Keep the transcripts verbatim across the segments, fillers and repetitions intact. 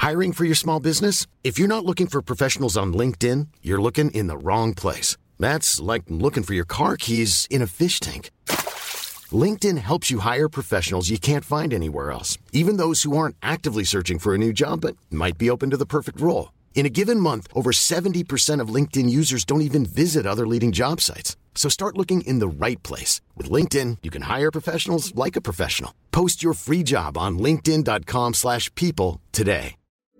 Hiring for your small business? If you're not looking for professionals on LinkedIn, you're looking in the wrong place. That's like looking for your car keys in a fish tank. LinkedIn helps you hire professionals you can't find anywhere else, even those who aren't actively searching for a new job but might be open to the perfect role. In a given month, over seventy percent of LinkedIn users don't even visit other leading job sites. So start looking in the right place. With LinkedIn, you can hire professionals like a professional. Post your free job on linkedin.com slash people today.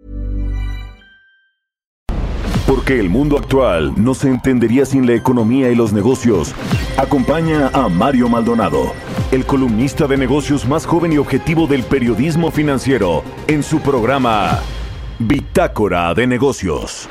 Porque el mundo actual no se entendería sin la economía y los negocios. Acompaña a Mario Maldonado, el columnista de negocios más joven y objetivo del periodismo financiero, en su programa Bitácora de Negocios.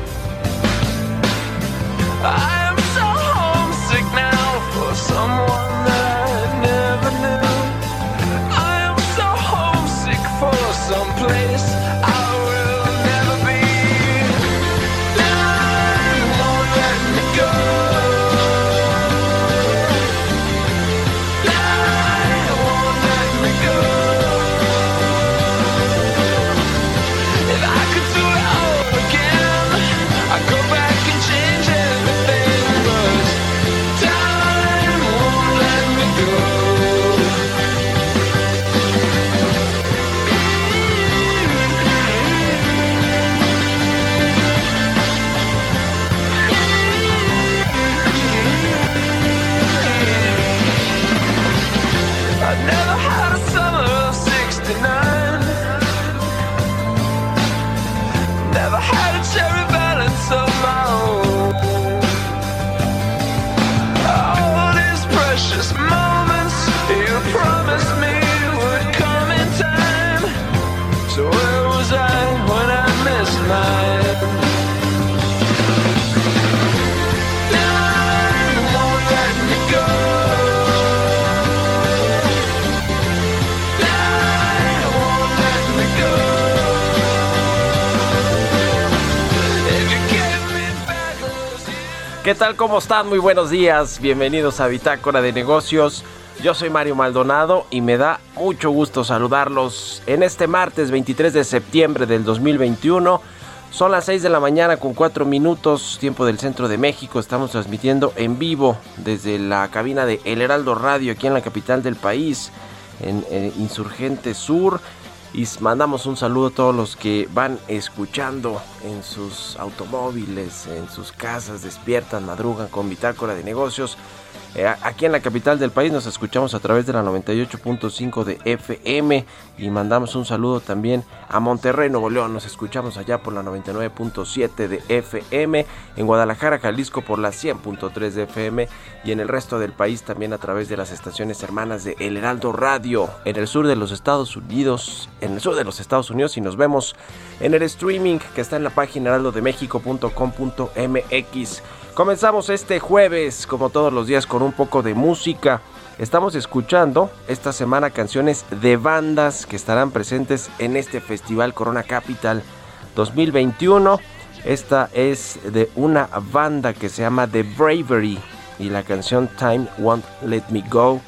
¿Qué tal? ¿Cómo están? Muy buenos días. Bienvenidos a Bitácora de Negocios. Yo soy Mario Maldonado y me da mucho gusto saludarlos en este martes veintitrés de septiembre del dos mil veintiuno. Son las seis de la mañana con cuatro minutos, tiempo del centro de México. Estamos transmitiendo en vivo desde la cabina de El Heraldo Radio aquí en la capital del país, en, en Insurgente Sur. Y mandamos un saludo a todos los que van escuchando en sus automóviles, en sus casas, despiertan, madrugan con Bitácora de Negocios. Eh, aquí en la capital del país nos escuchamos a través de la noventa y ocho punto cinco de F M y mandamos un saludo también a Monterrey, Nuevo León. Nos escuchamos allá por la noventa y nueve punto siete de F M, en Guadalajara, Jalisco por la cien punto tres de F M y en el resto del país también a través de las estaciones hermanas de El Heraldo Radio en el sur de los Estados Unidos, en el sur de los Estados Unidos y nos vemos en el streaming que está en la página heraldo de méxico punto com punto m x. Comenzamos este jueves, como todos los días, con un poco de música. Estamos escuchando esta semana canciones de bandas que estarán presentes en este festival Corona Capital dos mil veintiuno. Esta es de una banda que se llama The Bravery y la canción Time Won't Let Me Go.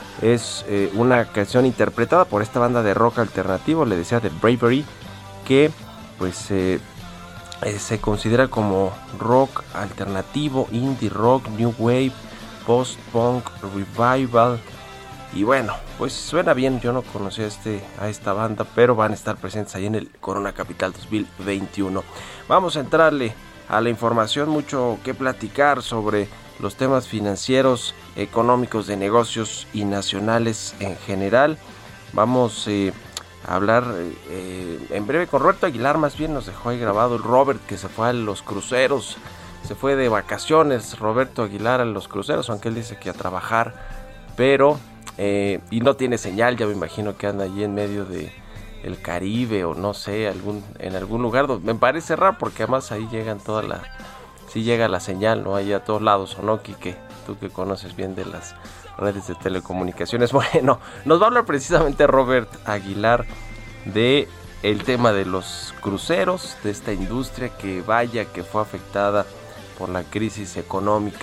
Es eh, una canción interpretada por esta banda de rock alternativo, le decía The Bravery, que pues... Eh, Eh, se considera como rock alternativo, indie rock, new wave, post-punk, revival. Y bueno, pues suena bien. Yo no conocía este, a esta banda, pero van a estar presentes ahí en el Corona Capital dos mil veintiuno. Vamos a entrarle a la información, mucho que platicar sobre los temas financieros, económicos, de negocios y nacionales en general. Vamos eh, a hablar eh, en breve con Roberto Aguilar. Más bien nos dejó ahí grabado el Robert, que se fue a los cruceros, se fue de vacaciones Roberto Aguilar a los cruceros, aunque él dice que a trabajar, pero eh, y no tiene señal. Ya me imagino que anda allí en medio de el Caribe o no sé, algún en algún lugar donde me parece raro, porque además ahí llegan toda la sí llega la señal, no, ahí a todos lados, ¿o no, Quique? Tú que conoces bien de las redes de telecomunicaciones. Bueno, nos va a hablar precisamente Robert Aguilar de el tema de los cruceros, de esta industria que vaya que fue afectada por la crisis económica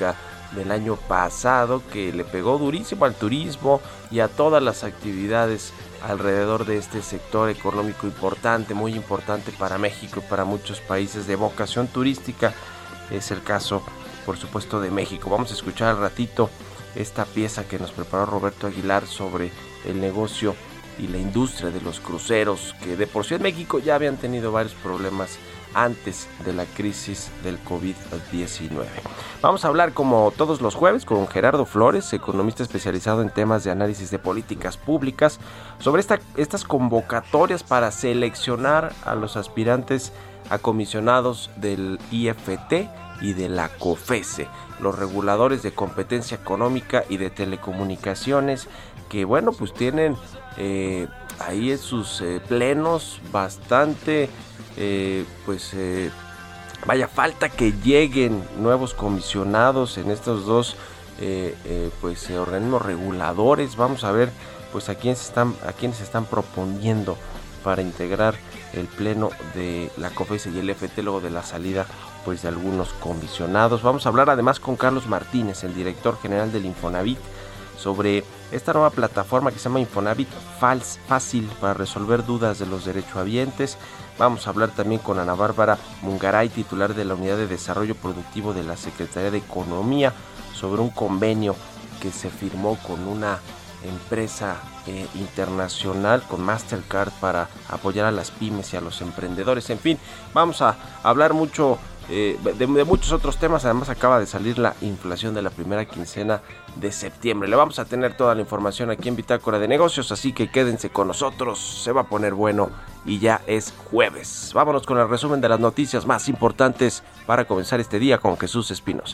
del año pasado, que le pegó durísimo al turismo y a todas las actividades alrededor de este sector económico importante, muy importante para México y para muchos países de vocación turística. Es el caso, por supuesto, de México. Vamos a escuchar al ratito esta pieza que nos preparó Roberto Aguilar sobre el negocio y la industria de los cruceros, que de por sí en México ya habían tenido varios problemas antes de la crisis del covid diecinueve. Vamos a hablar, como todos los jueves, con Gerardo Flores, economista especializado en temas de análisis de políticas públicas, sobre esta, estas convocatorias para seleccionar a los aspirantes a comisionados del I F T y de la COFECE, los reguladores de competencia económica y de telecomunicaciones, que bueno, pues tienen eh, ahí en sus eh, plenos bastante... Eh, pues eh, vaya, falta que lleguen nuevos comisionados en estos dos eh, eh, pues eh, organismos reguladores. Vamos a ver pues a quiénes están a quiénes están proponiendo para integrar el pleno de la COFECE y el I F T luego de la salida pues de algunos comisionados. Vamos a hablar además con Carlos Martínez, el director general del Infonavit, sobre esta nueva plataforma que se llama Infonavit Fácil para resolver dudas de los derechohabientes. Vamos a hablar también con Ana Bárbara Mungaray, titular de la Unidad de Desarrollo Productivo de la Secretaría de Economía, sobre un convenio que se firmó con una empresa eh, internacional, con Mastercard, para apoyar a las pymes y a los emprendedores. En fin, vamos a hablar mucho eh, de, de muchos otros temas. Además, acaba de salir la inflación de la primera quincena de septiembre. Le vamos a tener toda la información aquí en Bitácora de Negocios, así que quédense con nosotros, se va a poner bueno y ya es jueves. Vámonos con el resumen de las noticias más importantes para comenzar este día con Jesús Espinosa.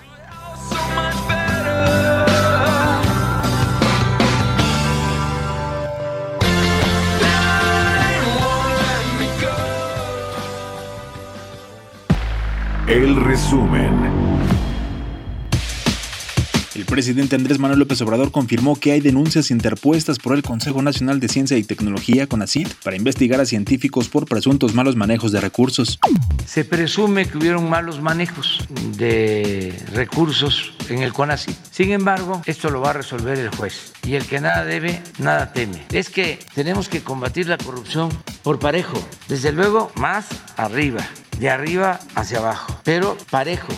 El resumen. El presidente Andrés Manuel López Obrador confirmó que hay denuncias interpuestas por el Consejo Nacional de Ciencia y Tecnología, CONACYT, para investigar a científicos por presuntos malos manejos de recursos. Se presume que hubieron malos manejos de recursos en el CONACYT. Sin embargo, esto lo va a resolver el juez. Y el que nada debe, nada teme. Es que tenemos que combatir la corrupción por parejo. Desde luego, más arriba, de arriba hacia abajo, pero parejo.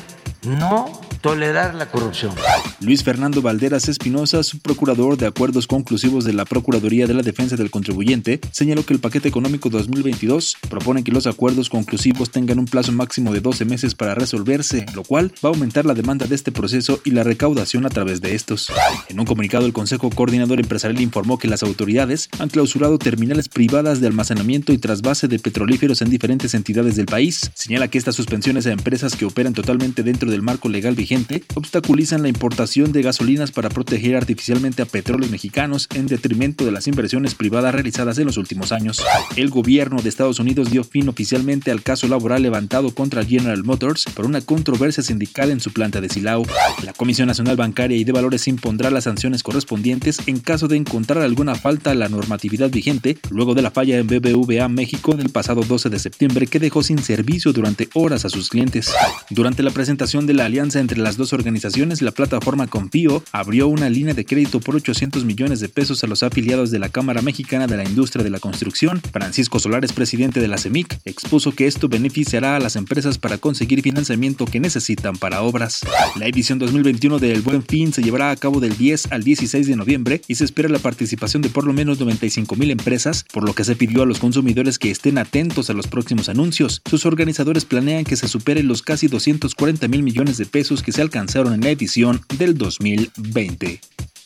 No tolerar la corrupción. Luis Fernando Valderas Espinosa, subprocurador de Acuerdos Conclusivos de la Procuraduría de la Defensa del Contribuyente, señaló que el paquete económico dos mil veintidós propone que los acuerdos conclusivos tengan un plazo máximo de doce meses para resolverse, lo cual va a aumentar la demanda de este proceso y la recaudación a través de estos. En un comunicado, el Consejo Coordinador Empresarial informó que las autoridades han clausurado terminales privadas de almacenamiento y trasvase de petrolíferos en diferentes entidades del país. Señala que estas suspensiones a empresas que operan totalmente dentro del marco legal vigente obstaculizan la importación de gasolinas para proteger artificialmente a petróleos mexicanos en detrimento de las inversiones privadas realizadas en los últimos años. El gobierno de Estados Unidos dio fin oficialmente al caso laboral levantado contra General Motors por una controversia sindical en su planta de Silao. La Comisión Nacional Bancaria y de Valores impondrá las sanciones correspondientes en caso de encontrar alguna falta a la normatividad vigente luego de la falla en B B V A México del pasado doce de septiembre, que dejó sin servicio durante horas a sus clientes. Durante la presentación de la alianza entre las dos organizaciones, la plataforma Confío abrió una línea de crédito por ochocientos millones de pesos a los afiliados de la Cámara Mexicana de la Industria de la Construcción. Francisco Solares, presidente de la CEMIC, expuso que esto beneficiará a las empresas para conseguir financiamiento que necesitan para obras. La edición dos mil veintiuno de El Buen Fin se llevará a cabo del diez al dieciséis de noviembre y se espera la participación de por lo menos noventa y cinco mil empresas, por lo que se pidió a los consumidores que estén atentos a los próximos anuncios. Sus organizadores planean que se superen los casi doscientos cuarenta mil millones de pesos que se alcanzaron en la edición del dos mil veinte.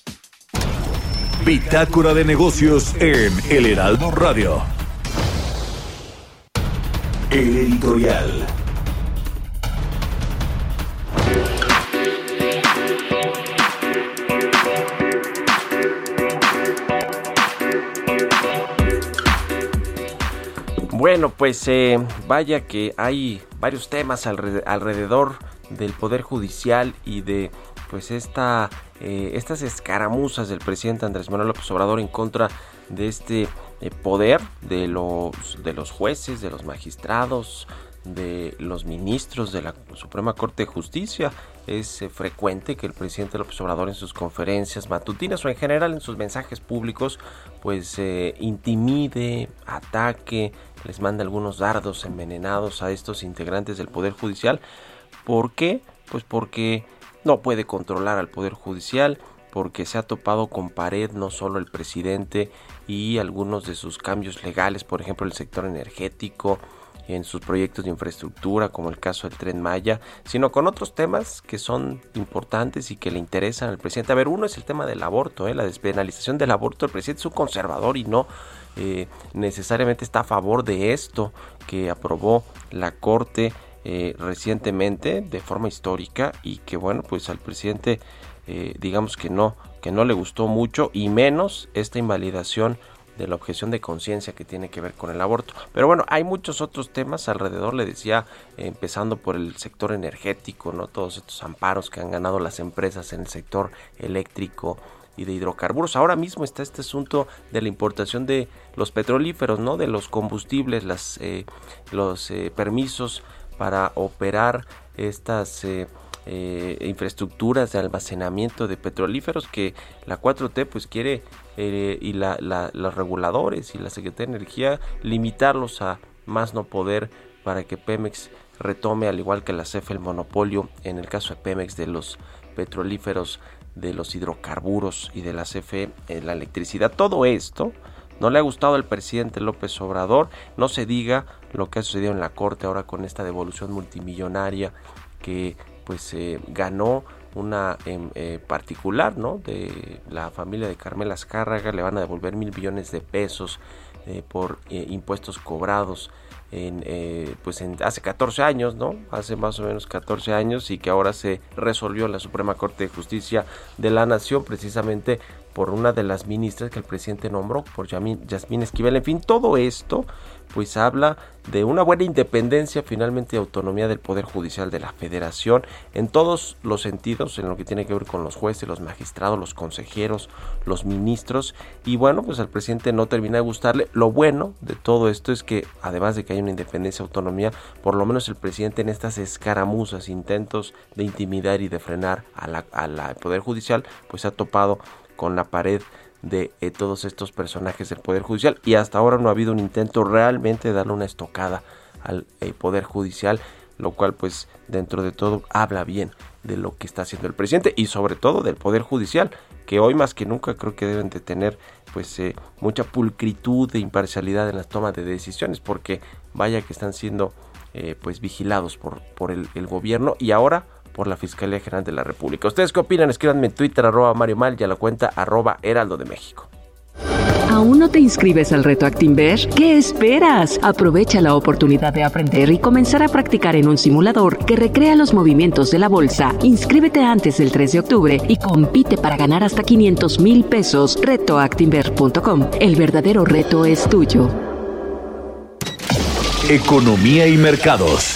Bitácora de Negocios en El Heraldo Radio. El editorial. Bueno, pues eh, vaya que hay varios temas alre- alrededor del Poder Judicial y de pues esta eh, estas escaramuzas del presidente Andrés Manuel López Obrador en contra de este eh, poder de los de los jueces, de los magistrados, de los ministros de la Suprema Corte de Justicia. Es eh, frecuente que el presidente López Obrador en sus conferencias matutinas o en general en sus mensajes públicos pues eh, intimide, ataque, les manda algunos dardos envenenados a estos integrantes del Poder Judicial. ¿Por qué? Pues porque no puede controlar al Poder Judicial, porque se ha topado con pared no solo el presidente y algunos de sus cambios legales, por ejemplo el sector energético, en sus proyectos de infraestructura, como el caso del Tren Maya, sino con otros temas que son importantes y que le interesan al presidente. A ver, uno es el tema del aborto, ¿eh? La despenalización del aborto. El presidente es un conservador y no eh, necesariamente está a favor de esto que aprobó la Corte eh, recientemente de forma histórica, y que bueno, pues al presidente eh, digamos que no, que no le gustó mucho, y menos esta invalidación de la objeción de conciencia que tiene que ver con el aborto. Pero bueno, hay muchos otros temas alrededor, le decía, eh, empezando por el sector energético, ¿no? Todos estos amparos que han ganado las empresas en el sector eléctrico y de hidrocarburos. Ahora mismo está este asunto de la importación de los petrolíferos, ¿no? De los combustibles, las, eh, los eh, permisos para operar estas eh, eh, infraestructuras de almacenamiento de petrolíferos que la cuatro T pues quiere eh, y la, la, los reguladores y la Secretaría de Energía limitarlos a más no poder para que Pemex retome, al igual que la C F E, el monopolio en el caso de Pemex de los petrolíferos, de los hidrocarburos y de la C F E en la electricidad. Todo esto no le ha gustado al presidente López Obrador. No se diga lo que ha sucedido en la Corte ahora con esta devolución multimillonaria que pues eh, ganó una eh, eh, particular, ¿no? De la familia de Carmela Azcárraga. Le van a devolver mil billones de pesos eh, por eh, impuestos cobrados en eh, pues en hace catorce años, ¿no? Hace más o menos catorce años, y que ahora se resolvió en la Suprema Corte de Justicia de la Nación, precisamente por una de las ministras que el presidente nombró, por Yasmín Esquivel. En fin, todo esto pues habla de una buena independencia, finalmente, y autonomía del Poder Judicial de la Federación en todos los sentidos, en lo que tiene que ver con los jueces, los magistrados, los consejeros, los ministros. Y bueno, pues al presidente no termina de gustarle. Lo bueno de todo esto es que, además de que hay una independencia, autonomía, por lo menos el presidente en estas escaramuzas, intentos de intimidar y de frenar a la, a la al Poder Judicial, pues ha topado con la pared de eh, todos estos personajes del Poder Judicial, y hasta ahora no ha habido un intento realmente de darle una estocada al eh, Poder Judicial, lo cual pues dentro de todo habla bien de lo que está haciendo el presidente y sobre todo del Poder Judicial, que hoy más que nunca creo que deben de tener pues eh, mucha pulcritud e imparcialidad en la toma de decisiones, porque vaya que están siendo eh, pues vigilados por, por el, el gobierno y ahora por la Fiscalía General de la República. ¿Ustedes qué opinan? Escríbanme en Twitter, arroba Mario Mal, y a la cuenta arroba Heraldo de México. ¿Aún no te inscribes al reto Actinver? ¿Qué esperas? Aprovecha la oportunidad de aprender y comenzar a practicar en un simulador que recrea los movimientos de la bolsa. Inscríbete antes del tres de octubre y compite para ganar hasta quinientos mil pesos. reto actinver punto com. El verdadero reto es tuyo. Economía y mercados.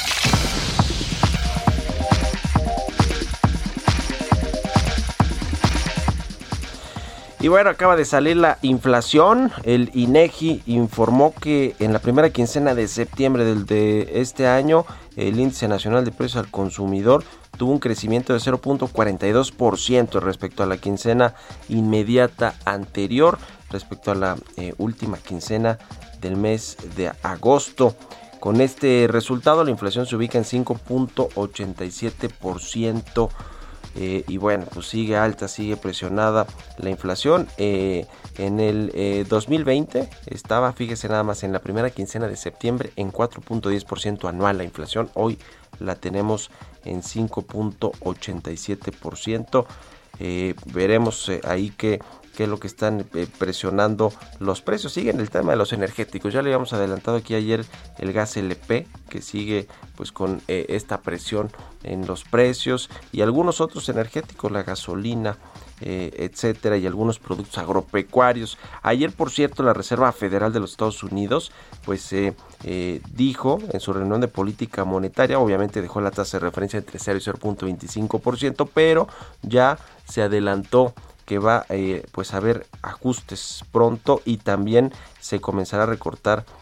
Y bueno, acaba de salir la inflación. El INEGI informó que en la primera quincena de septiembre del de este año, el índice nacional de precios al consumidor tuvo un crecimiento de cero punto cuarenta y dos por ciento respecto a la quincena inmediata anterior, respecto a la eh, última quincena del mes de agosto. Con este resultado, la inflación se ubica en cinco punto ochenta y siete por ciento. Eh, y bueno, pues sigue alta, sigue presionada la inflación. Eh, en el eh, dos mil veinte estaba, fíjese nada más, en la primera quincena de septiembre en cuatro punto diez por ciento anual la inflación. Hoy la tenemos en cinco punto ochenta y siete por ciento. Eh, veremos eh, ahí que qué es lo que están eh, presionando los precios. Sigue en el tema de los energéticos. Ya le habíamos adelantado aquí ayer el gas L P, que sigue pues con eh, esta presión en los precios, y algunos otros energéticos, la gasolina, eh, etcétera, y algunos productos agropecuarios. Ayer, por cierto, la Reserva Federal de los Estados Unidos pues eh, eh, dijo en su reunión de política monetaria, obviamente dejó la tasa de referencia entre cero y cero punto veinticinco por ciento, pero ya se adelantó que va eh, pues a haber ajustes pronto, y también se comenzará a recortar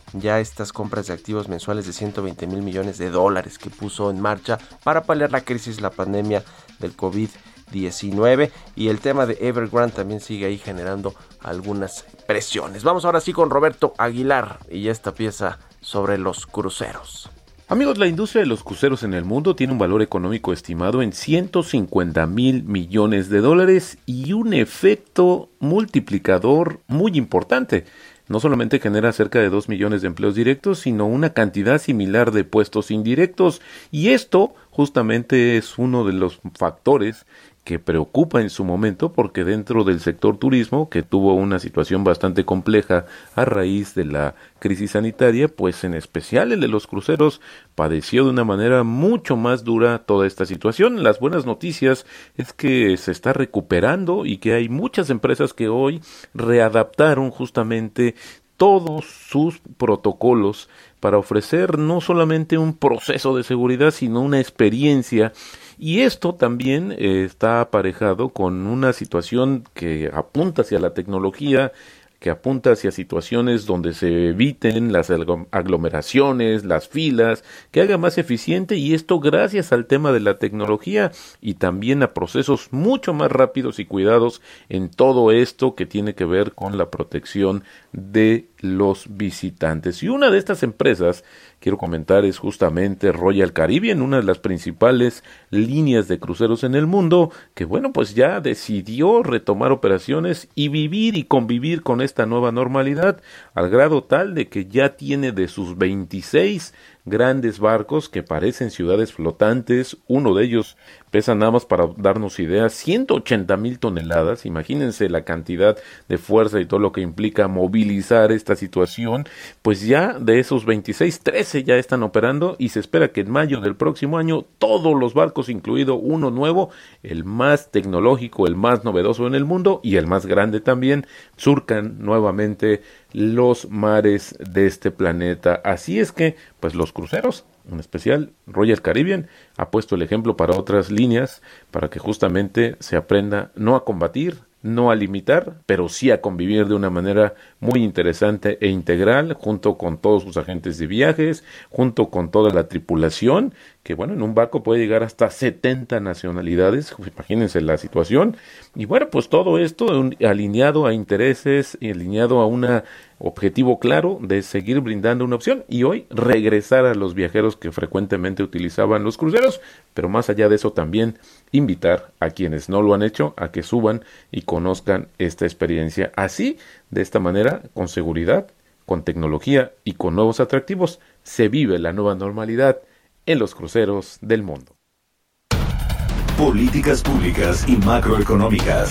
ya estas compras de activos mensuales de ciento veinte mil millones de dólares que puso en marcha para paliar la crisis, la pandemia del COVID diecinueve, y el tema de Evergrande también sigue ahí generando algunas presiones. Vamos ahora sí con Roberto Aguilar y esta pieza sobre los cruceros. Amigos, la industria de los cruceros en el mundo tiene un valor económico estimado en ciento cincuenta mil millones de dólares y un efecto multiplicador muy importante. No solamente genera cerca de dos millones de empleos directos, sino una cantidad similar de puestos indirectos. Y esto justamente es uno de los factores que preocupa en su momento, porque dentro del sector turismo, que tuvo una situación bastante compleja a raíz de la crisis sanitaria, pues en especial el de los cruceros padeció de una manera mucho más dura toda esta situación. Las buenas noticias es que se está recuperando y que hay muchas empresas que hoy readaptaron justamente todos sus protocolos para ofrecer no solamente un proceso de seguridad, sino una experiencia. Y esto también eh, está aparejado con una situación que apunta hacia la tecnología, que apunta hacia situaciones donde se eviten las aglomeraciones, las filas, que haga más eficiente, y esto gracias al tema de la tecnología y también a procesos mucho más rápidos y cuidados en todo esto que tiene que ver con la protección de los visitantes. Y una de estas empresas, quiero comentar, es justamente Royal Caribbean, una de las principales líneas de cruceros en el mundo, que bueno, pues ya decidió retomar operaciones y vivir y convivir con esta nueva normalidad, al grado tal de que ya tiene de sus veintiséis grandes barcos que parecen ciudades flotantes. Uno de ellos pesa, nada más para darnos idea, ciento ochenta mil toneladas. Imagínense la cantidad de fuerza y todo lo que implica movilizar esta situación. Pues ya de esos veintiséis, trece ya están operando, y se espera que en mayo del próximo año todos los barcos, incluido uno nuevo, el más tecnológico, el más novedoso en el mundo y el más grande también, surcan nuevamente los mares de este planeta. Así es que, pues los cruceros, en especial Royal Caribbean, ha puesto el ejemplo para otras líneas, para que justamente se aprenda no a combatir, no a limitar, pero sí a convivir de una manera muy interesante e integral, junto con todos sus agentes de viajes, junto con toda la tripulación, que bueno, en un barco puede llegar hasta setenta nacionalidades, imagínense la situación. Y bueno, pues todo esto un, alineado a intereses y alineado a un objetivo claro de seguir brindando una opción, y hoy regresar a los viajeros que frecuentemente utilizaban los cruceros, pero más allá de eso también invitar a quienes no lo han hecho a que suban y conozcan esta experiencia. Así, de esta manera, con seguridad, con tecnología y con nuevos atractivos, se vive la nueva normalidad en los cruceros del mundo. Políticas públicas y macroeconómicas.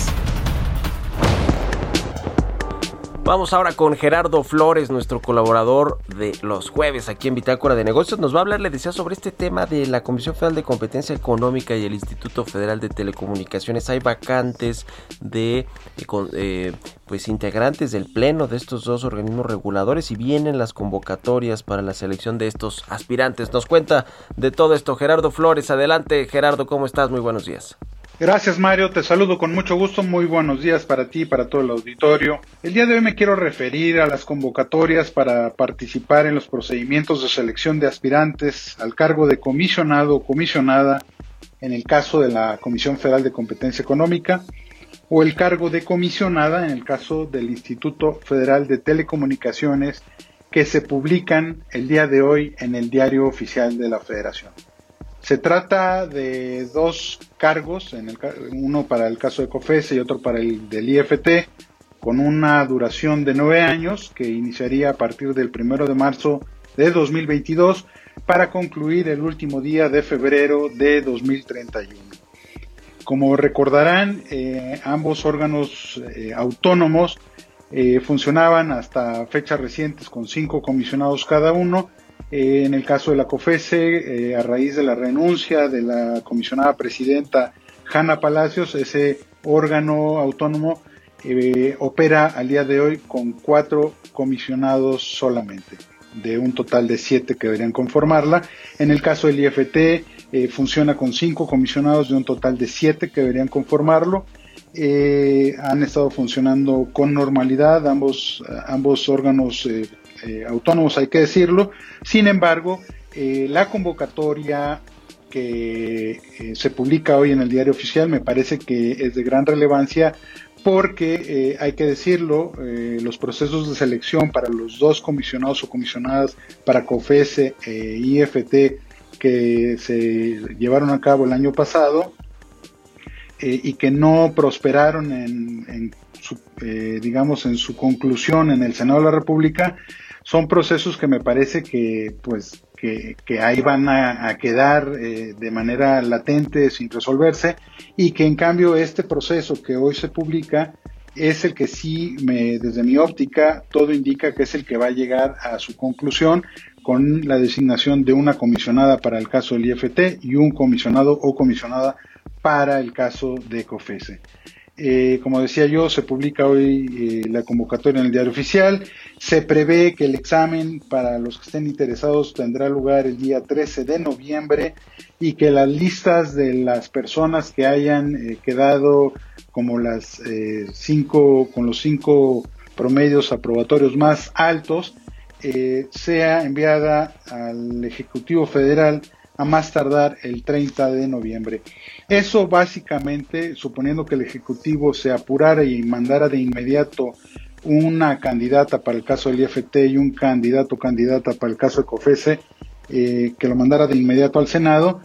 Vamos ahora con Gerardo Flores, nuestro colaborador de los jueves aquí en Bitácora de Negocios. Nos va a hablar, le decía, sobre este tema de la Comisión Federal de Competencia Económica y el Instituto Federal de Telecomunicaciones. Hay vacantes de eh, pues integrantes del pleno de estos dos organismos reguladores, y vienen las convocatorias para la selección de estos aspirantes. Nos cuenta de todo esto Gerardo Flores. Adelante, Gerardo, ¿cómo estás? Muy buenos días. Gracias, Mario, te saludo con mucho gusto, muy buenos días para ti y para todo el auditorio. El día de hoy me quiero referir a las convocatorias para participar en los procedimientos de selección de aspirantes al cargo de comisionado o comisionada en el caso de la Comisión Federal de Competencia Económica, o el cargo de comisionada en el caso del Instituto Federal de Telecomunicaciones, que se publican el día de hoy en el Diario Oficial de la Federación. Se trata de dos cargos, en el, uno para el caso de COFESE y otro para el del I F T, con una duración de nueve años que iniciaría a partir del primero de marzo de dos mil veintidós para concluir el último día de febrero de dos mil treinta y uno. Como recordarán, eh, ambos órganos eh, autónomos eh, funcionaban hasta fechas recientes con cinco comisionados cada uno. Eh, en el caso de la COFESE, eh, a raíz de la renuncia de la comisionada presidenta Hanna Palacios, ese órgano autónomo eh, opera al día de hoy con cuatro comisionados solamente, de un total de siete que deberían conformarla. En el caso del I F T, eh, funciona con cinco comisionados de un total de siete que deberían conformarlo. Eh, han estado funcionando con normalidad, ambos, ambos órganos eh, eh, autónomos, hay que decirlo. Sin embargo, eh, la convocatoria que eh, se publica hoy en el Diario Oficial me parece que es de gran relevancia porque, eh, hay que decirlo, eh, los procesos de selección para los dos comisionados o comisionadas para COFESE e I F T que se llevaron a cabo el año pasado eh, y que no prosperaron en, en su, eh, digamos, en su conclusión en el Senado de la República, son procesos que me parece que, pues, que, que ahí van a, a quedar eh, de manera latente sin resolverse, y que en cambio este proceso que hoy se publica es el que sí, me, desde mi óptica, todo indica que es el que va a llegar a su conclusión con la designación de una comisionada para el caso del I F T y un comisionado o comisionada para el caso de COFESE. Eh, como decía yo, se publica hoy eh, la convocatoria en el Diario Oficial. Se prevé que el examen para los que estén interesados tendrá lugar el día trece de noviembre y que las listas de las personas que hayan eh, quedado como las eh, cinco, con los cinco promedios aprobatorios más altos, eh, sea enviada al Ejecutivo Federal a más tardar el treinta de noviembre. Eso básicamente, suponiendo que el Ejecutivo se apurara y mandara de inmediato una candidata para el caso del I F T y un candidato o candidata para el caso de COFESE, eh, que lo mandara de inmediato al Senado,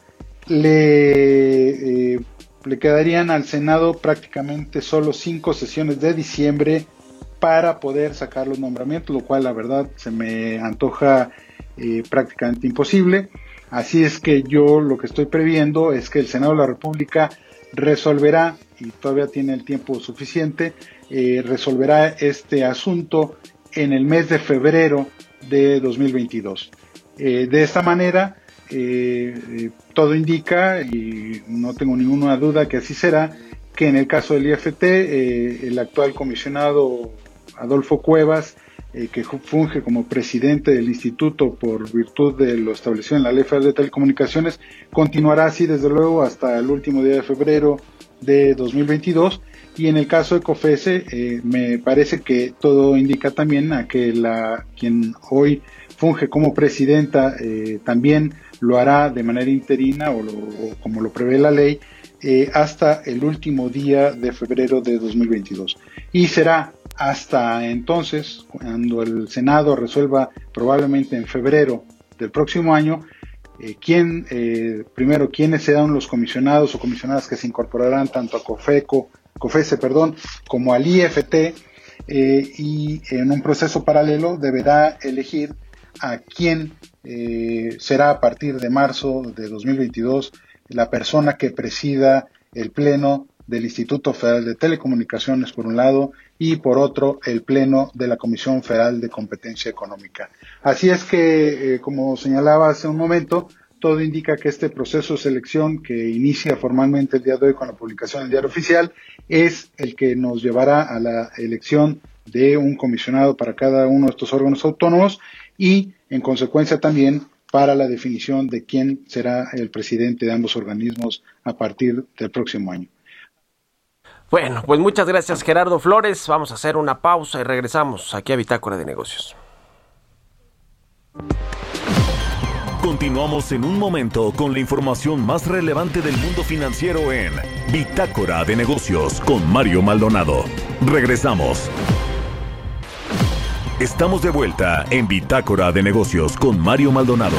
le, eh, le quedarían al Senado prácticamente solo cinco sesiones de diciembre para poder sacar los nombramientos, lo cual la verdad se me antoja eh, prácticamente imposible. Así es que yo lo que estoy previendo es que el Senado de la República resolverá, y todavía tiene el tiempo suficiente, eh, resolverá este asunto en el mes de febrero de dos mil veintidós. Eh, de esta manera, eh, eh, todo indica, y no tengo ninguna duda que así será, que en el caso del I F T, eh, el actual comisionado Adolfo Cuevas, Eh, que funge como presidente del instituto por virtud de lo establecido en la Ley Federal de Telecomunicaciones, continuará así desde luego hasta el último día de febrero de dos mil veintidós, y en el caso de COFESE eh, me parece que todo indica también a que la quien hoy funge como presidenta eh, también lo hará de manera interina o, lo, o como lo prevé la ley eh, hasta el último día de febrero de dos mil veintidós, y será hasta entonces, cuando el Senado resuelva probablemente en febrero del próximo año, eh, quién, eh, primero, quiénes serán los comisionados o comisionadas que se incorporarán tanto a COFECO, COFESE, perdón, como al I F T, eh, y en un proceso paralelo deberá elegir a quién eh, será a partir de marzo de dos mil veintidós la persona que presida el Pleno del Instituto Federal de Telecomunicaciones por un lado y por otro el Pleno de la Comisión Federal de Competencia Económica. Así es que, eh, como señalaba hace un momento, todo indica que este proceso de selección que inicia formalmente el día de hoy con la publicación del Diario Oficial es el que nos llevará a la elección de un comisionado para cada uno de estos órganos autónomos y, en consecuencia, también para la definición de quién será el presidente de ambos organismos a partir del próximo año. Bueno, pues muchas gracias, Gerardo Flores. Vamos a hacer una pausa y regresamos aquí a Bitácora de Negocios. Continuamos en un momento con la información más relevante del mundo financiero en Bitácora de Negocios con Mario Maldonado. Regresamos. Estamos de vuelta en Bitácora de Negocios con Mario Maldonado.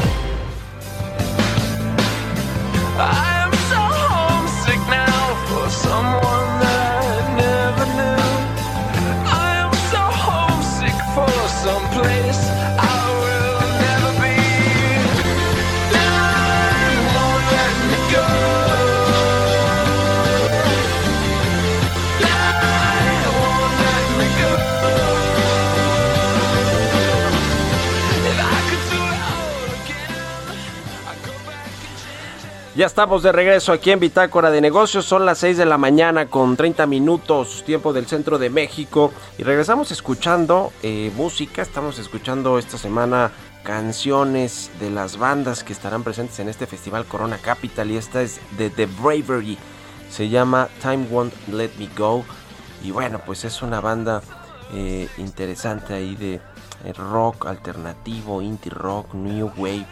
Ya estamos de regreso aquí en Bitácora de Negocios, son las seis de la mañana con treinta minutos, tiempo del centro de México, y regresamos escuchando eh, música. Estamos escuchando esta semana canciones de las bandas que estarán presentes en este festival Corona Capital, y esta es de The Bravery, se llama Time Won't Let Me Go, y bueno, pues es una banda eh, interesante ahí de eh, rock alternativo, indie rock, new wave.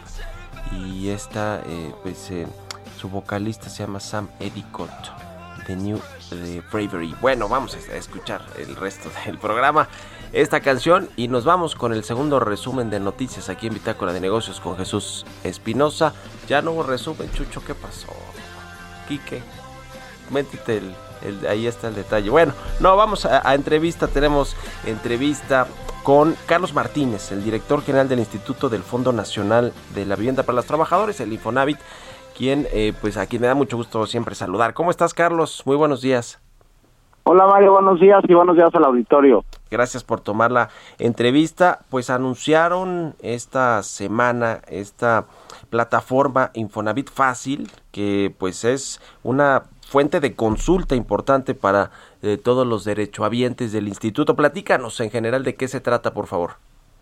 Y esta, eh, pues, eh, su vocalista se llama Sam Endicott, de New de Bravery. Bueno, vamos a escuchar el resto del programa, esta canción, y nos vamos con el segundo resumen de noticias aquí en Bitácora de Negocios con Jesús Espinosa. Ya no hubo resumen, Chucho, ¿qué pasó? Quique, métete el, el, ahí está el detalle. Bueno, no, vamos a, a entrevista, tenemos entrevista con Carlos Martínez, el director general del Instituto del Fondo Nacional de la Vivienda para los Trabajadores, el Infonavit, quien, eh, pues a quien me da mucho gusto siempre saludar. ¿Cómo estás, Carlos? Muy buenos días. Hola, Mario, buenos días y buenos días al auditorio. Gracias por tomar la entrevista. Pues anunciaron esta semana esta plataforma Infonavit Fácil, que pues es una fuente de consulta importante para eh, todos los derechohabientes del instituto. Platícanos en general de qué se trata, por favor.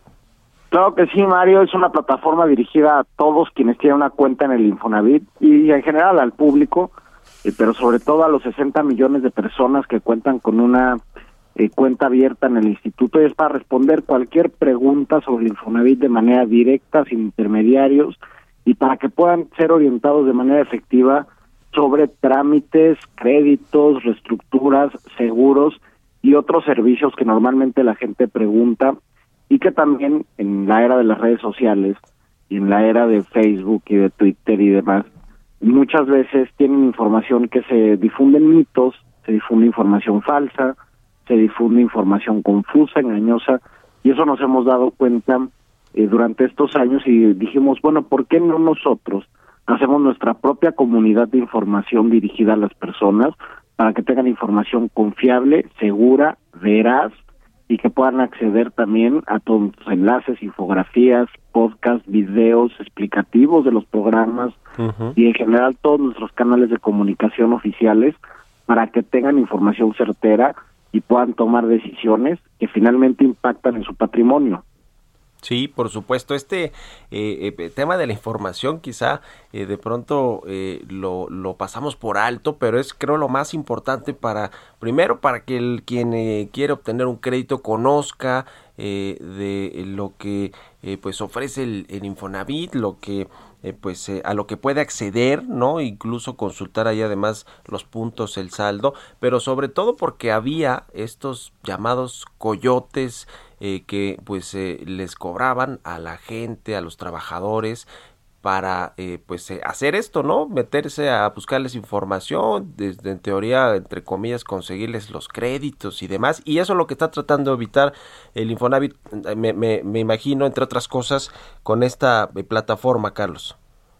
Claro que sí, Mario, es una plataforma dirigida a todos quienes tienen una cuenta en el Infonavit y en general al público, eh, pero sobre todo a los sesenta millones de personas que cuentan con una eh, cuenta abierta en el instituto, y es para responder cualquier pregunta sobre el Infonavit de manera directa, sin intermediarios, y para que puedan ser orientados de manera efectiva sobre trámites, créditos, reestructuras, seguros y otros servicios que normalmente la gente pregunta, y que también en la era de las redes sociales y en la era de Facebook y de Twitter y demás, muchas veces tienen información que se difunden mitos, se difunde información falsa, se difunde información confusa, engañosa, y eso nos hemos dado cuenta eh, durante estos años y dijimos, bueno, ¿por qué no nosotros hacemos nuestra propia comunidad de información dirigida a las personas para que tengan información confiable, segura, veraz, y que puedan acceder también a todos los enlaces, infografías, podcasts, videos explicativos de los programas uh-huh. y en general todos nuestros canales de comunicación oficiales para que tengan información certera y puedan tomar decisiones que finalmente impactan en su patrimonio? Sí, por supuesto. Este eh, eh, tema de la información quizá eh, de pronto eh, lo, lo pasamos por alto, pero es creo lo más importante para, primero para que el quien eh, quiere obtener un crédito conozca eh, de lo que eh, pues ofrece el, el Infonavit, lo que eh, pues eh, a lo que puede acceder, ¿no? Incluso consultar ahí además los puntos, el saldo, pero sobre todo porque había estos llamados coyotes Eh, que pues eh, les cobraban a la gente, a los trabajadores para eh, pues eh, hacer esto, ¿no? Meterse a buscarles información, desde en teoría, entre comillas, conseguirles los créditos y demás, y eso es lo que está tratando de evitar el Infonavit, me, me, me imagino, entre otras cosas, con esta eh, plataforma, Carlos.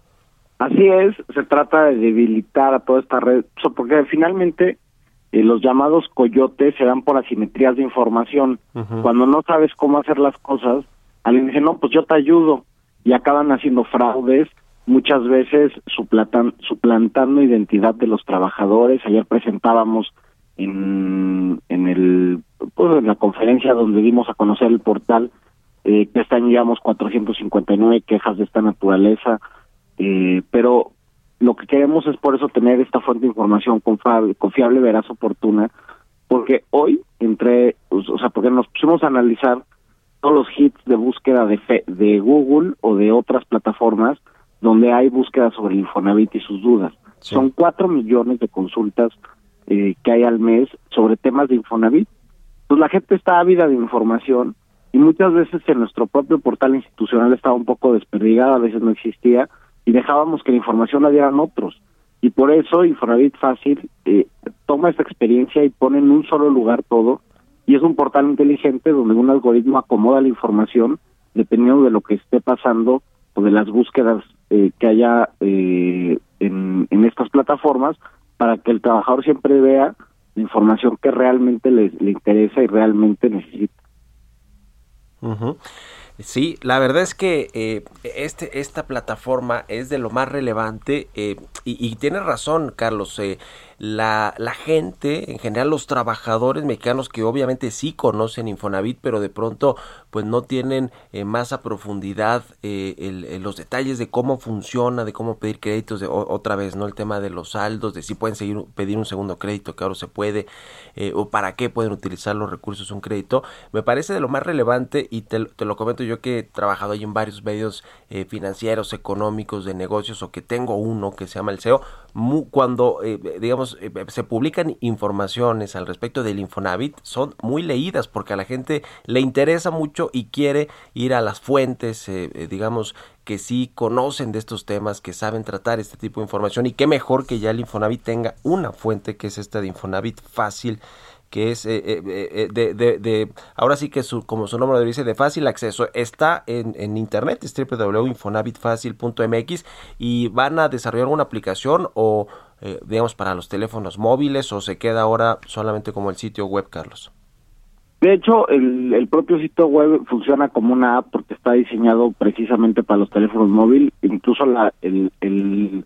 Así es, se trata de debilitar a toda esta red, porque finalmente Eh, los llamados coyotes se dan por asimetrías de información. Uh-huh. Cuando no sabes cómo hacer las cosas, alguien dice, no, pues yo te ayudo, y acaban haciendo fraudes, muchas veces suplantan, suplantando identidad de los trabajadores. Ayer presentábamos en, en el pues en la conferencia donde dimos a conocer el portal, eh, que este año llevamos cuatrocientas cincuenta y nueve quejas de esta naturaleza, eh, pero lo que queremos es por eso tener esta fuente de información confiable, confiable, veraz, oportuna, porque hoy, entre, o sea, porque nos pusimos a analizar todos los hits de búsqueda de, fe, de Google o de otras plataformas donde hay búsqueda sobre el Infonavit y sus dudas. Sí. Son cuatro millones de consultas eh, que hay al mes sobre temas de Infonavit. Pues la gente está ávida de información y muchas veces en nuestro propio portal institucional estaba un poco desperdigada, a veces no existía, y dejábamos que la información la dieran otros. Y por eso Infonavit Fácil eh, toma esta experiencia y pone en un solo lugar todo, y es un portal inteligente donde un algoritmo acomoda la información dependiendo de lo que esté pasando o de las búsquedas eh, que haya eh, en, en estas plataformas, para que el trabajador siempre vea la información que realmente le, le interesa y realmente necesita. Uh-huh. Sí, la verdad es que eh, este esta plataforma es de lo más relevante eh, y, y tienes razón, Carlos. Eh, la, la gente, en general los trabajadores mexicanos que obviamente sí conocen Infonavit, pero de pronto pues no tienen eh, más a profundidad eh, el, el, los detalles de cómo funciona, de cómo pedir créditos, de, o, otra vez, ¿no? El tema de los saldos, de si pueden seguir pedir un segundo crédito, que ahora se puede, eh, o para qué pueden utilizar los recursos de un crédito. Me parece de lo más relevante, y te, te lo comento yo que he trabajado ahí en varios medios eh, financieros, económicos, de negocios, o que tengo uno que se llama El C E O. Mu, cuando, eh, digamos, eh, se publican informaciones al respecto del Infonavit, son muy leídas porque a la gente le interesa mucho y quiere ir a las fuentes, eh, eh, digamos, que sí conocen de estos temas, que saben tratar este tipo de información, y qué mejor que ya el Infonavit tenga una fuente, que es esta de Infonavit Fácil, que es eh, eh, de, de, de, ahora sí que su, como su nombre lo dice, de fácil acceso. Está en, en internet, es doble u doble u doble u punto infonavit fácil punto m x, y van a desarrollar una aplicación o, eh, digamos, para los teléfonos móviles, o se queda ahora solamente como el sitio web, Carlos. De hecho, el, el propio sitio web funciona como una app porque está diseñado precisamente para los teléfonos móviles, incluso la, el, el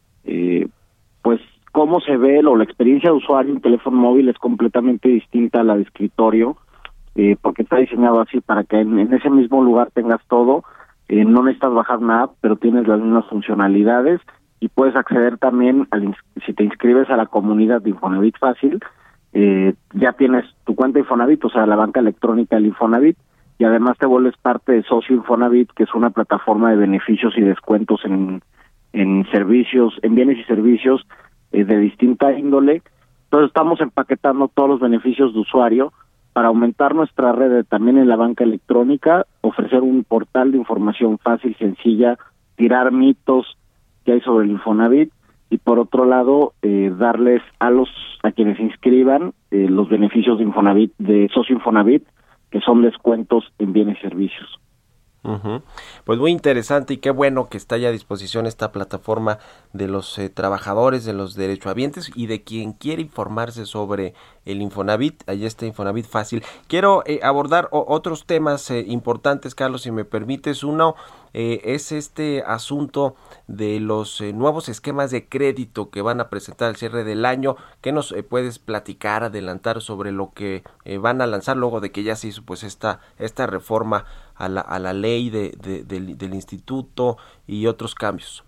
eh, pues cómo se ve o la experiencia de usuario en teléfono móvil es completamente distinta a la de escritorio, eh, porque está diseñado así para que en, en ese mismo lugar tengas todo, eh, no necesitas bajar una app, pero tienes las mismas funcionalidades, y puedes acceder también, al, si te inscribes a la comunidad de Infonavit Fácil, eh, ya tienes tu cuenta Infonavit, o sea, la banca electrónica del Infonavit, y además te vuelves parte de Socio Infonavit, que es una plataforma de beneficios y descuentos en, en servicios, en bienes y servicios, de distinta índole. Entonces estamos empaquetando todos los beneficios de usuario para aumentar nuestra red de, también en la banca electrónica, ofrecer un portal de información fácil, sencilla, tirar mitos que hay sobre el Infonavit, y por otro lado eh, darles a los a quienes se inscriban eh, los beneficios de Infonavit, de Socio Infonavit, que son descuentos en bienes y servicios. Uh-huh. Pues muy interesante, y qué bueno que está ya a disposición esta plataforma de los eh, trabajadores, de los derechohabientes y de quien quiere informarse sobre el Infonavit. Allí está Infonavit Fácil. Quiero eh, abordar o, otros temas eh, importantes, Carlos, si me permites. Uno eh, es este asunto de los eh, nuevos esquemas de crédito que van a presentar al cierre del año. ¿Qué nos eh, puedes platicar, adelantar sobre lo que eh, van a lanzar luego de que ya se hizo pues esta esta reforma a la, a la ley de, de, de, del instituto y otros cambios?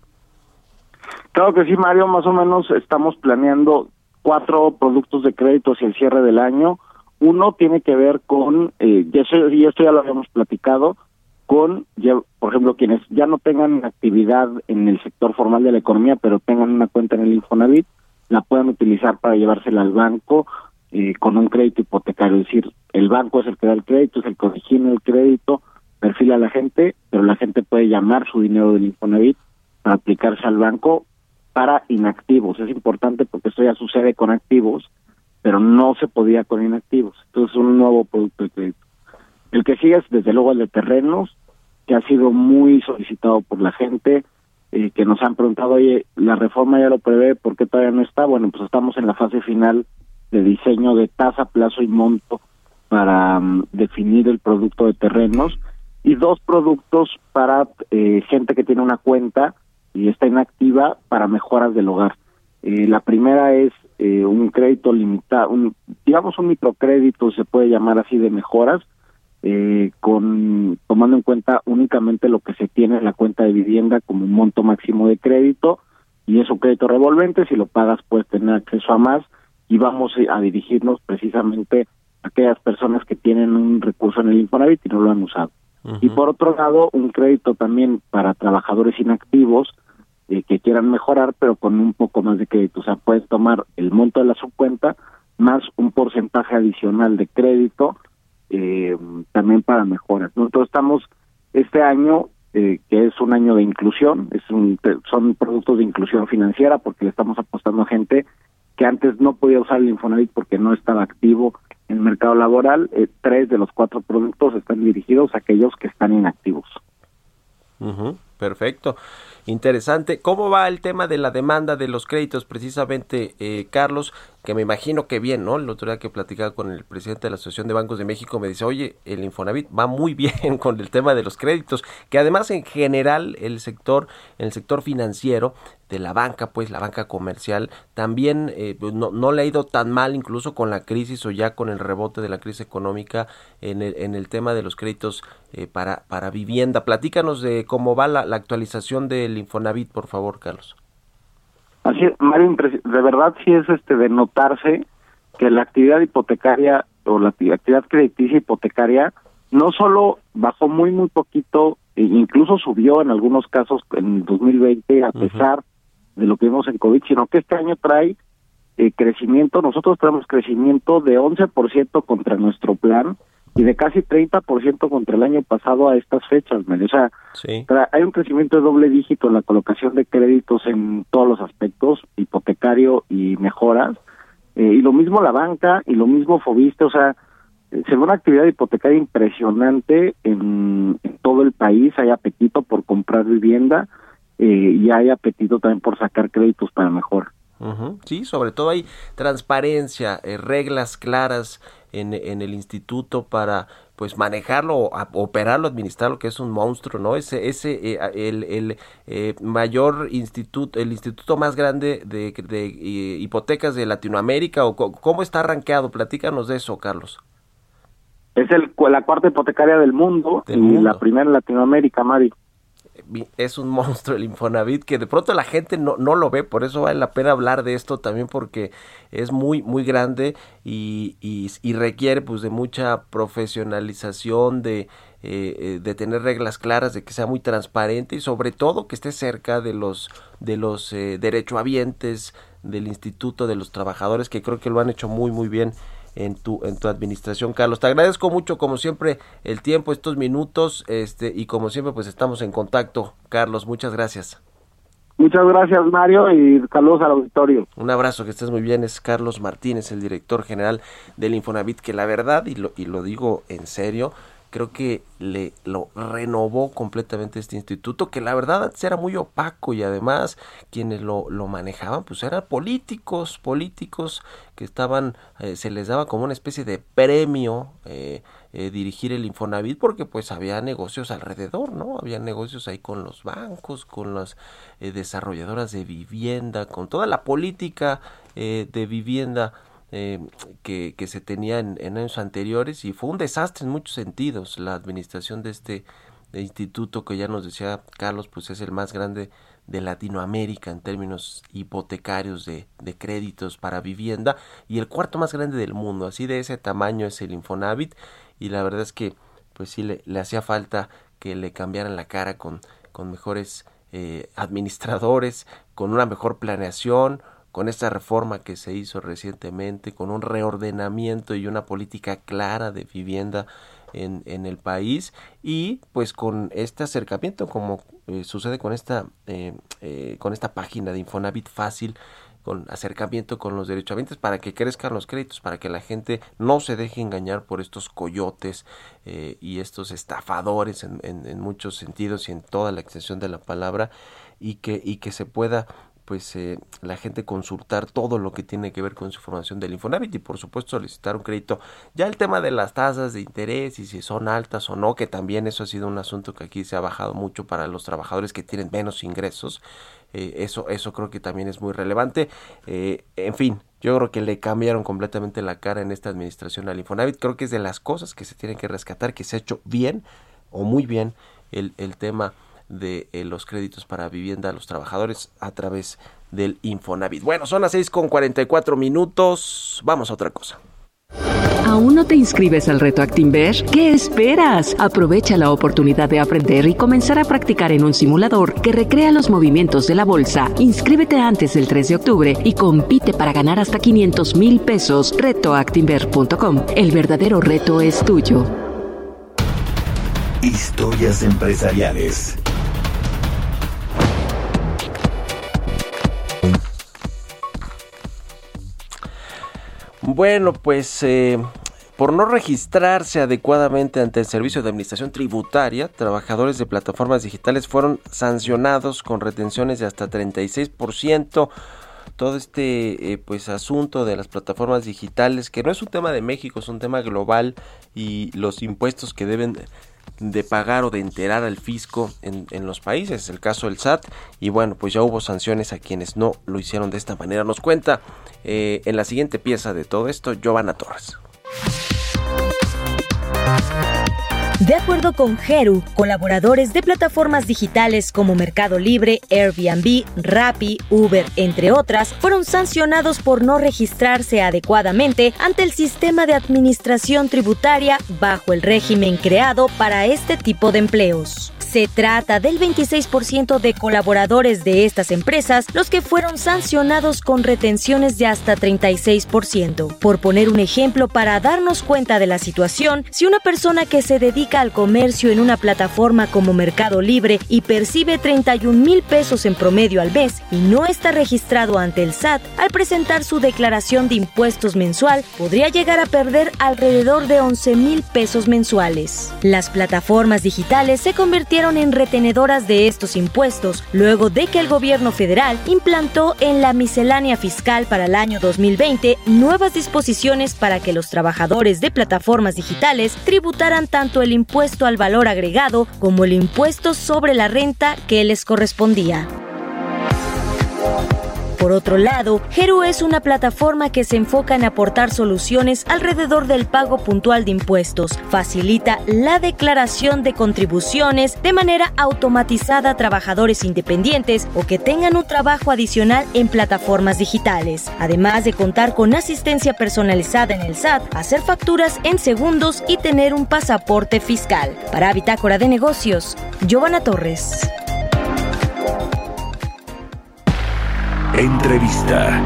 Claro que sí, Mario, más o menos estamos planeando cuatro productos de crédito hacia el cierre del año. Uno tiene que ver con, eh, y, eso, y esto ya lo habíamos platicado, con, ya, por ejemplo, quienes ya no tengan actividad en el sector formal de la economía, pero tengan una cuenta en el Infonavit, la puedan utilizar para llevársela al banco eh, con un crédito hipotecario. Es decir, el banco es el que da el crédito, es el que origina el crédito, perfila a la gente, pero la gente puede llamar su dinero del Infonavit para aplicarse al banco para inactivos. Es importante porque esto ya sucede con activos, pero no se podía con inactivos. Entonces es un nuevo producto de crédito. El que sigue es desde luego el de terrenos, que ha sido muy solicitado por la gente, eh, que nos han preguntado, oye, la reforma ya lo prevé, ¿por qué todavía no está? Bueno, pues estamos en la fase final de diseño de tasa, plazo y monto para um, definir el producto de terrenos, y dos productos para eh, gente que tiene una cuenta y está inactiva para mejoras del hogar. Eh, la primera es eh, un crédito limitado, un, digamos un microcrédito, se puede llamar así, de mejoras, eh, con tomando en cuenta únicamente lo que se tiene en la cuenta de vivienda como un monto máximo de crédito, y es un crédito revolvente. Si lo pagas puedes tener acceso a más, y vamos a dirigirnos precisamente a aquellas personas que tienen un recurso en el Infonavit y no lo han usado. Uh-huh. Y por otro lado, un crédito también para trabajadores inactivos eh, que quieran mejorar, pero con un poco más de crédito. O sea, puedes tomar el monto de la subcuenta más un porcentaje adicional de crédito eh, también para mejoras, ¿no? Entonces estamos este año, eh, que es un año de inclusión, es un, son productos de inclusión financiera, porque le estamos apostando a gente que antes no podía usar el Infonavit porque no estaba activo en el mercado laboral. Eh, tres de los cuatro productos están dirigidos a aquellos que están inactivos. Uh-huh, perfecto, interesante. ¿Cómo va el tema de la demanda de los créditos precisamente, eh, Carlos? que me imagino que bien, ¿no? El otro día que platicaba con el presidente de la Asociación de Bancos de México me dice, oye, el Infonavit va muy bien con el tema de los créditos, que además en general el sector, el sector financiero de la banca, pues la banca comercial, también eh, no, no le ha ido tan mal incluso con la crisis o ya con el rebote de la crisis económica en el, en el tema de los créditos eh, para, para vivienda. Platícanos de cómo va la, la actualización del Infonavit, por favor, Carlos. Así es, Mario, de verdad sí es este de notarse que la actividad hipotecaria o la actividad crediticia hipotecaria no solo bajó muy muy poquito, e incluso subió en algunos casos en dos mil veinte a pesar uh-huh. de lo que vimos en COVID, sino que este año trae eh, crecimiento. Nosotros tenemos crecimiento de once por ciento contra nuestro plan y de casi treinta por ciento contra el año pasado a estas fechas, Mario. O sea, sí. tra- hay un crecimiento de doble dígito en la colocación de créditos en todos los aspectos, hipotecario y mejoras, eh, y lo mismo la banca y lo mismo Fobiste. O sea, eh, se ve una actividad hipotecaria impresionante en, en todo el país. Hay apetito por comprar vivienda eh, y hay apetito también por sacar créditos para mejor. Uh-huh. Sí, sobre todo hay transparencia, eh, reglas claras en, en el instituto para pues manejarlo, a, operarlo, administrarlo, que es un monstruo, ¿no? Ese, ese eh, el, el eh, mayor instituto, el instituto más grande de, de, de eh, hipotecas de Latinoamérica, o ¿cómo está rankeado? Platícanos de eso, Carlos. Es el la cuarta hipotecaria del mundo del y mundo. La primera en Latinoamérica, Mari. Es un monstruo el Infonavit, que de pronto la gente no, no lo ve, por eso vale la pena hablar de esto también, porque es muy muy grande y, y, y requiere pues de mucha profesionalización, de, eh, de tener reglas claras, de que sea muy transparente y sobre todo que esté cerca de los, de los eh, derechohabientes del Instituto de los Trabajadores, que creo que lo han hecho muy muy bien en tu en tu administración, Carlos. Te agradezco mucho, como siempre, el tiempo, estos minutos, este y como siempre, pues estamos en contacto, Carlos. Muchas gracias. Muchas gracias, Mario, y saludos al auditorio. Un abrazo, que estés muy bien. Es Carlos Martínez, el director general del Infonavit, que la verdad, y lo, y lo digo en serio, creo que le lo renovó completamente este instituto, que la verdad antes era muy opaco y además quienes lo, lo manejaban pues eran políticos, políticos que estaban, eh, se les daba como una especie de premio eh, eh, dirigir el Infonavit, porque pues había negocios alrededor, ¿no? Había negocios ahí con los bancos, con las eh, desarrolladoras de vivienda, con toda la política eh, de vivienda Eh, que, que se tenía en, en años anteriores, y fue un desastre en muchos sentidos la administración de este de instituto, que ya nos decía Carlos, pues es el más grande de Latinoamérica en términos hipotecarios de, de créditos para vivienda y el cuarto más grande del mundo. Así de ese tamaño es el Infonavit, y la verdad es que pues sí le, le hacía falta que le cambiaran la cara con, con mejores eh, administradores, con una mejor planeación, con esta reforma que se hizo recientemente, con un reordenamiento y una política clara de vivienda en, en el país, y pues con este acercamiento, como eh, sucede con esta eh, eh, con esta página de Infonavit Fácil, con acercamiento con los derechohabientes para que crezcan los créditos, para que la gente no se deje engañar por estos coyotes eh, y estos estafadores en, en, en muchos sentidos y en toda la extensión de la palabra, y que y que se pueda pues eh, la gente consultar todo lo que tiene que ver con su formación del Infonavit y por supuesto solicitar un crédito. Ya el tema de las tasas de interés y si son altas o no, que también eso ha sido un asunto que aquí se ha bajado mucho para los trabajadores que tienen menos ingresos, eh, eso eso creo que también es muy relevante. Eh, en fin, yo creo que le cambiaron completamente la cara en esta administración al Infonavit. Creo que es de las cosas que se tienen que rescatar, que se ha hecho bien o muy bien el, el tema de eh, los créditos para vivienda a los trabajadores a través del Infonavit. Bueno, son las seis con cuarenta y cuatro minutos. Vamos a otra cosa. ¿Aún no te inscribes al reto Actinver? ¿Qué esperas? Aprovecha la oportunidad de aprender y comenzar a practicar en un simulador que recrea los movimientos de la bolsa. Inscríbete antes del tres de octubre y compite para ganar hasta quinientos mil pesos. reto actinver punto com. El verdadero reto es tuyo. Historias empresariales. Bueno, pues eh, por no registrarse adecuadamente ante el Servicio de Administración Tributaria, trabajadores de plataformas digitales fueron sancionados con retenciones de hasta treinta y seis por ciento todo este eh, pues asunto de las plataformas digitales, que no es un tema de México, es un tema global, y los impuestos que deben de pagar o de enterar al fisco en, en los países, es el caso del S A T, y bueno, pues ya hubo sanciones a quienes no lo hicieron de esta manera. Nos cuenta eh, en la siguiente pieza de todo esto Giovanna Torres. De acuerdo con Heru, colaboradores de plataformas digitales como Mercado Libre, Airbnb, Rappi, Uber, entre otras, fueron sancionados por no registrarse adecuadamente ante el sistema de administración tributaria bajo el régimen creado para este tipo de empleos. Se trata del veintiséis por ciento de colaboradores de estas empresas los que fueron sancionados con retenciones de hasta treinta y seis por ciento. Por poner un ejemplo para darnos cuenta de la situación, si una persona que se dedica al comercio en una plataforma como Mercado Libre y percibe treinta y un mil pesos en promedio al mes y no está registrado ante el S A T, al presentar su declaración de impuestos mensual, podría llegar a perder alrededor de once mil pesos mensuales. Las plataformas digitales se convirtieron en retenedoras de estos impuestos luego de que el gobierno federal implantó en la miscelánea fiscal para el año dos mil veinte nuevas disposiciones para que los trabajadores de plataformas digitales tributaran tanto el impuesto al valor agregado como el impuesto sobre la renta que les correspondía. Por otro lado, Heru es una plataforma que se enfoca en aportar soluciones alrededor del pago puntual de impuestos, facilita la declaración de contribuciones de manera automatizada a trabajadores independientes o que tengan un trabajo adicional en plataformas digitales, además de contar con asistencia personalizada en el S A T, hacer facturas en segundos y tener un pasaporte fiscal. Para Bitácora de Negocios, Giovanna Torres. Entrevista.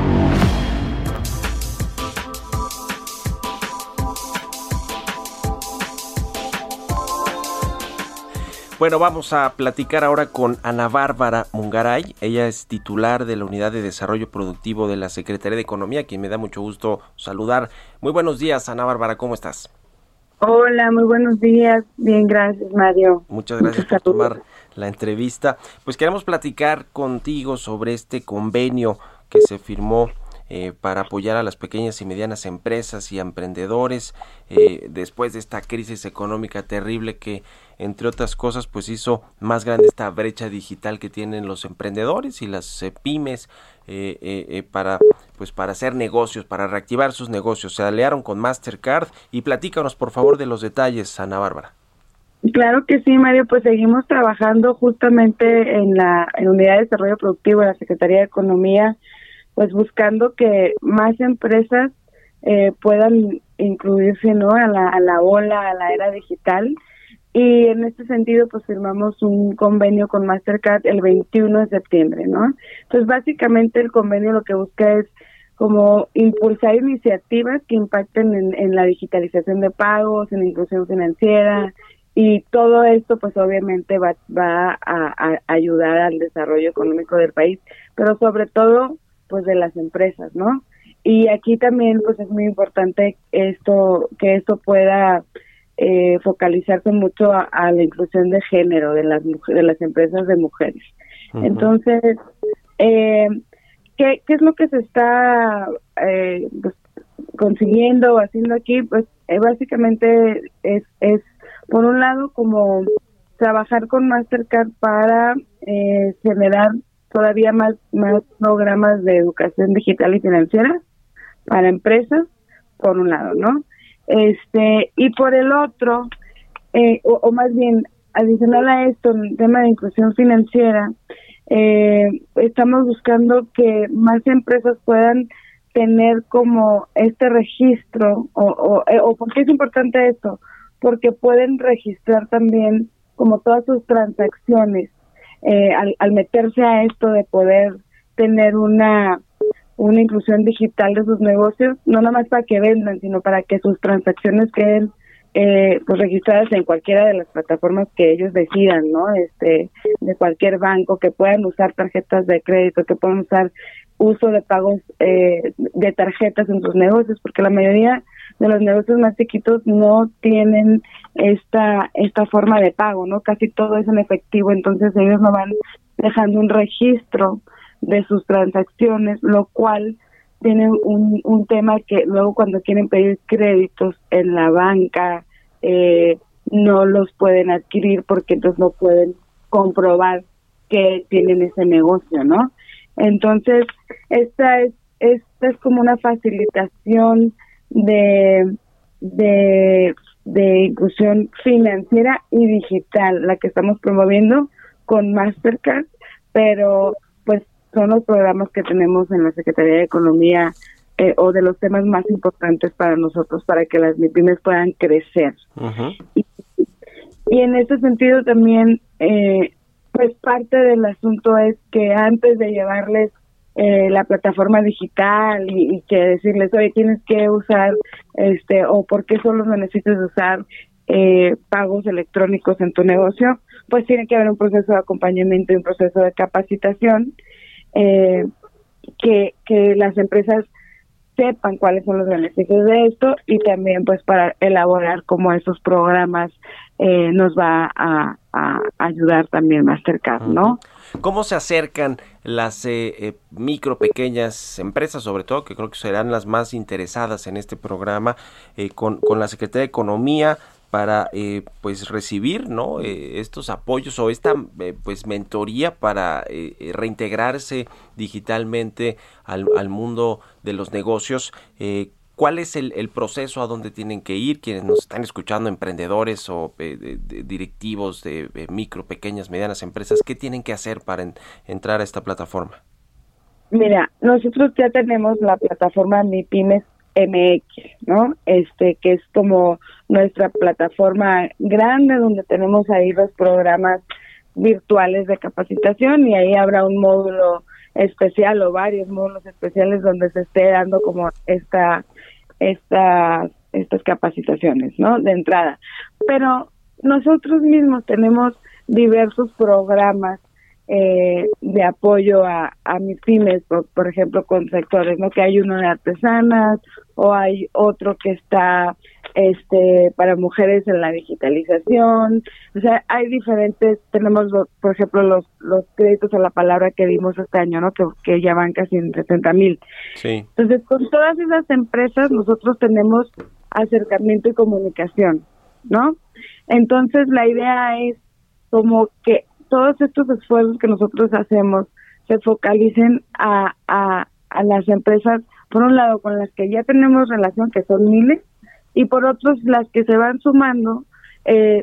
Bueno, vamos a platicar ahora con Ana Bárbara Mungaray. Ella es titular de la Unidad de Desarrollo Productivo de la Secretaría de Economía, a quien me da mucho gusto saludar. Muy buenos días, Ana Bárbara, ¿cómo estás? Hola, muy buenos días. Bien, gracias, Mario. Muchas gracias por tomar la entrevista. Pues queremos platicar contigo sobre este convenio que se firmó eh, para apoyar a las pequeñas y medianas empresas y emprendedores eh, después de esta crisis económica terrible que, entre otras cosas, pues hizo más grande esta brecha digital que tienen los emprendedores y las eh, pymes eh, eh, eh, para pues para hacer negocios, para reactivar sus negocios. Se aliaron con Mastercard y platícanos, por favor, de los detalles, Ana Bárbara. Claro que sí, Mario, pues seguimos trabajando justamente en la en Unidad de Desarrollo Productivo de la Secretaría de Economía, pues buscando que más empresas eh, puedan incluirse, ¿no?, a la, a la ola, a la era digital. Y en este sentido, pues firmamos un convenio con Mastercard el veintiuno de septiembre, ¿no? Entonces, básicamente el convenio lo que busca es como impulsar iniciativas que impacten en, en la digitalización de pagos, en la inclusión financiera, y todo esto pues obviamente va, va a, a ayudar al desarrollo económico del país, pero sobre todo pues de las empresas, ¿no? Y aquí también pues es muy importante esto, que esto pueda eh, focalizarse mucho a, a la inclusión de género de las de las empresas de mujeres. Uh-huh. Entonces, eh, ¿qué, ¿qué es lo que se está eh, pues, consiguiendo o haciendo aquí? Pues eh, básicamente es, es, por un lado, como trabajar con Mastercard para eh, generar todavía más, más programas de educación digital y financiera para empresas, por un lado, ¿no? Este, y por el otro, eh, o, o más bien, adicional a esto, en el tema de inclusión financiera, eh, estamos buscando que más empresas puedan tener como este registro, o, o, o ¿por qué es importante esto? Porque pueden registrar también como todas sus transacciones, eh, al, al meterse a esto de poder tener una una inclusión digital de sus negocios, no nada más para que vendan, sino para que sus transacciones queden eh, pues registradas en cualquiera de las plataformas que ellos decidan, ¿no? Este, de cualquier banco, que puedan usar tarjetas de crédito, que puedan usar uso de pagos eh, de tarjetas en sus negocios, porque la mayoría de los negocios más chiquitos no tienen esta esta forma de pago, ¿no? Casi todo es en efectivo, entonces ellos no van dejando un registro de sus transacciones, lo cual tiene un, un tema que luego cuando quieren pedir créditos en la banca eh, no los pueden adquirir porque entonces no pueden comprobar que tienen ese negocio, ¿no? Entonces, esta es, esta es como una facilitación de, de, de inclusión financiera y digital, la que estamos promoviendo con Mastercard, pero pues son los programas que tenemos en la Secretaría de Economía eh, o de los temas más importantes para nosotros, para que las MIPYMES puedan crecer. Uh-huh. Y, y en ese sentido también, eh, pues parte del asunto es que antes de llevarles eh, la plataforma digital y, y que decirles, oye, tienes que usar, este, o por qué solo necesitas usar eh, pagos electrónicos en tu negocio, pues tiene que haber un proceso de acompañamiento y un proceso de capacitación, eh, que, que las empresas sepan cuáles son los beneficios de esto y también pues para elaborar cómo esos programas eh, nos va a, a ayudar también Mastercard, ¿no? ¿Cómo se acercan las eh, eh, micro, pequeñas empresas, sobre todo, que creo que serán las más interesadas en este programa, eh, con, con la Secretaría de Economía para eh, pues recibir, ¿no?, eh, estos apoyos o esta eh, pues mentoría para eh, reintegrarse digitalmente al, al mundo de los negocios? Eh, ¿Cuál es el, el proceso a dónde tienen que ir quienes nos están escuchando, emprendedores o eh, de, de directivos de, de micro, pequeñas, medianas empresas? ¿Qué tienen que hacer para en, entrar a esta plataforma? Mira, nosotros ya tenemos la plataforma MIPYMES M X, ¿no? Este, que es como nuestra plataforma grande donde tenemos ahí los programas virtuales de capacitación y ahí habrá un módulo especial o varios módulos especiales donde se esté dando como esta, esta, estas capacitaciones, ¿no?, de entrada. Pero nosotros mismos tenemos diversos programas Eh, de apoyo a, a MIPYMES, por, por ejemplo, con sectores, ¿no? Que hay uno de artesanas o hay otro que está este para mujeres en la digitalización. O sea, hay diferentes, tenemos, los, por ejemplo, los los créditos a la palabra que dimos este año, ¿no? Que, que ya van casi en setenta mil. Sí. Entonces, con todas esas empresas nosotros tenemos acercamiento y comunicación, ¿no? Entonces, la idea es como que todos estos esfuerzos que nosotros hacemos se focalicen a, a, a las empresas, por un lado con las que ya tenemos relación, que son miles, y por otros las que se van sumando eh,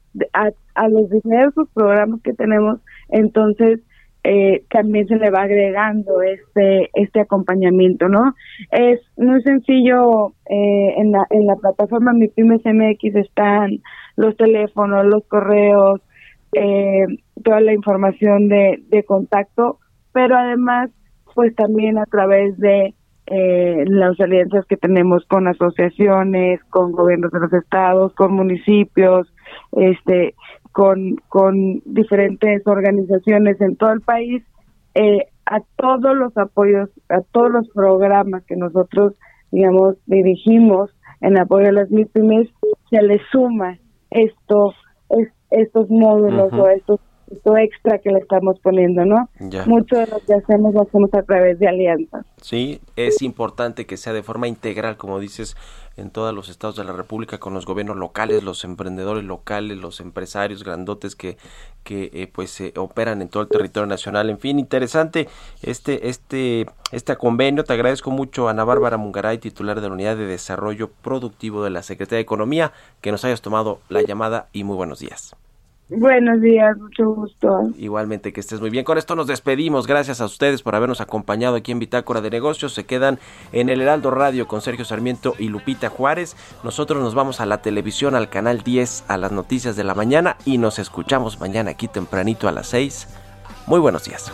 a, a los diversos programas que tenemos. Entonces eh, también se le va agregando este este acompañamiento, ¿no? Es muy sencillo, eh, en la en la plataforma MIPYMES M X están los teléfonos, los correos, eh, toda la información de, de contacto, pero además pues también a través de eh, las alianzas que tenemos con asociaciones, con gobiernos de los estados, con municipios, este con con diferentes organizaciones en todo el país, eh, a todos los apoyos, a todos los programas que nosotros, digamos, dirigimos en apoyo a las MIPYMES, se les suma esto, es, estos módulos uh-huh. o estos esto extra que le estamos poniendo, ¿no? Ya. Mucho de lo que hacemos lo hacemos a través de alianzas. Sí, es importante que sea de forma integral, como dices, en todos los estados de la República, con los gobiernos locales, los emprendedores locales, los empresarios grandotes que que eh, pues eh, operan en todo el territorio nacional. En fin, interesante este este este convenio. Te agradezco mucho, Ana Bárbara Mungaray, titular de la Unidad de Desarrollo Productivo de la Secretaría de Economía, que nos hayas tomado la llamada y muy buenos días. Buenos días, mucho gusto. Igualmente, que estés muy bien. Con esto nos despedimos. Gracias a ustedes por habernos acompañado aquí en Bitácora de Negocios. Se quedan en el Heraldo Radio con Sergio Sarmiento y Lupita Juárez. Nosotros nos vamos a la televisión, al canal diez, a las noticias de la mañana, y nos escuchamos mañana aquí tempranito a las seis. Muy buenos días.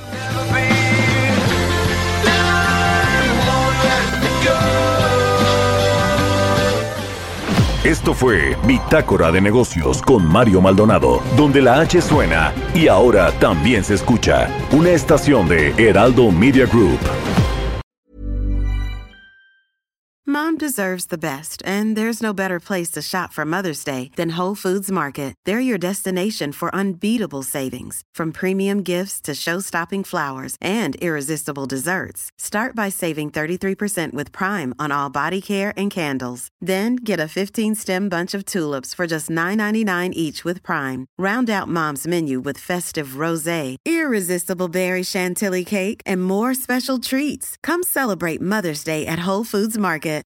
Esto fue Bitácora de Negocios con Mario Maldonado, donde la H suena y ahora también se escucha. Una estación de Heraldo Media Group. Mom Mom deserves the best, and there's no better place to shop for Mother's Day than Whole Foods Market. They're your destination for unbeatable savings, from premium gifts to show-stopping flowers and irresistible desserts. Start by saving thirty-three percent with Prime on all body care and candles. Then get a fifteen-stem bunch of tulips for just nine ninety-nine each with Prime. Round out Mom's menu with festive rosé, irresistible berry chantilly cake, and more special treats. Come celebrate Mother's Day at Whole Foods Market.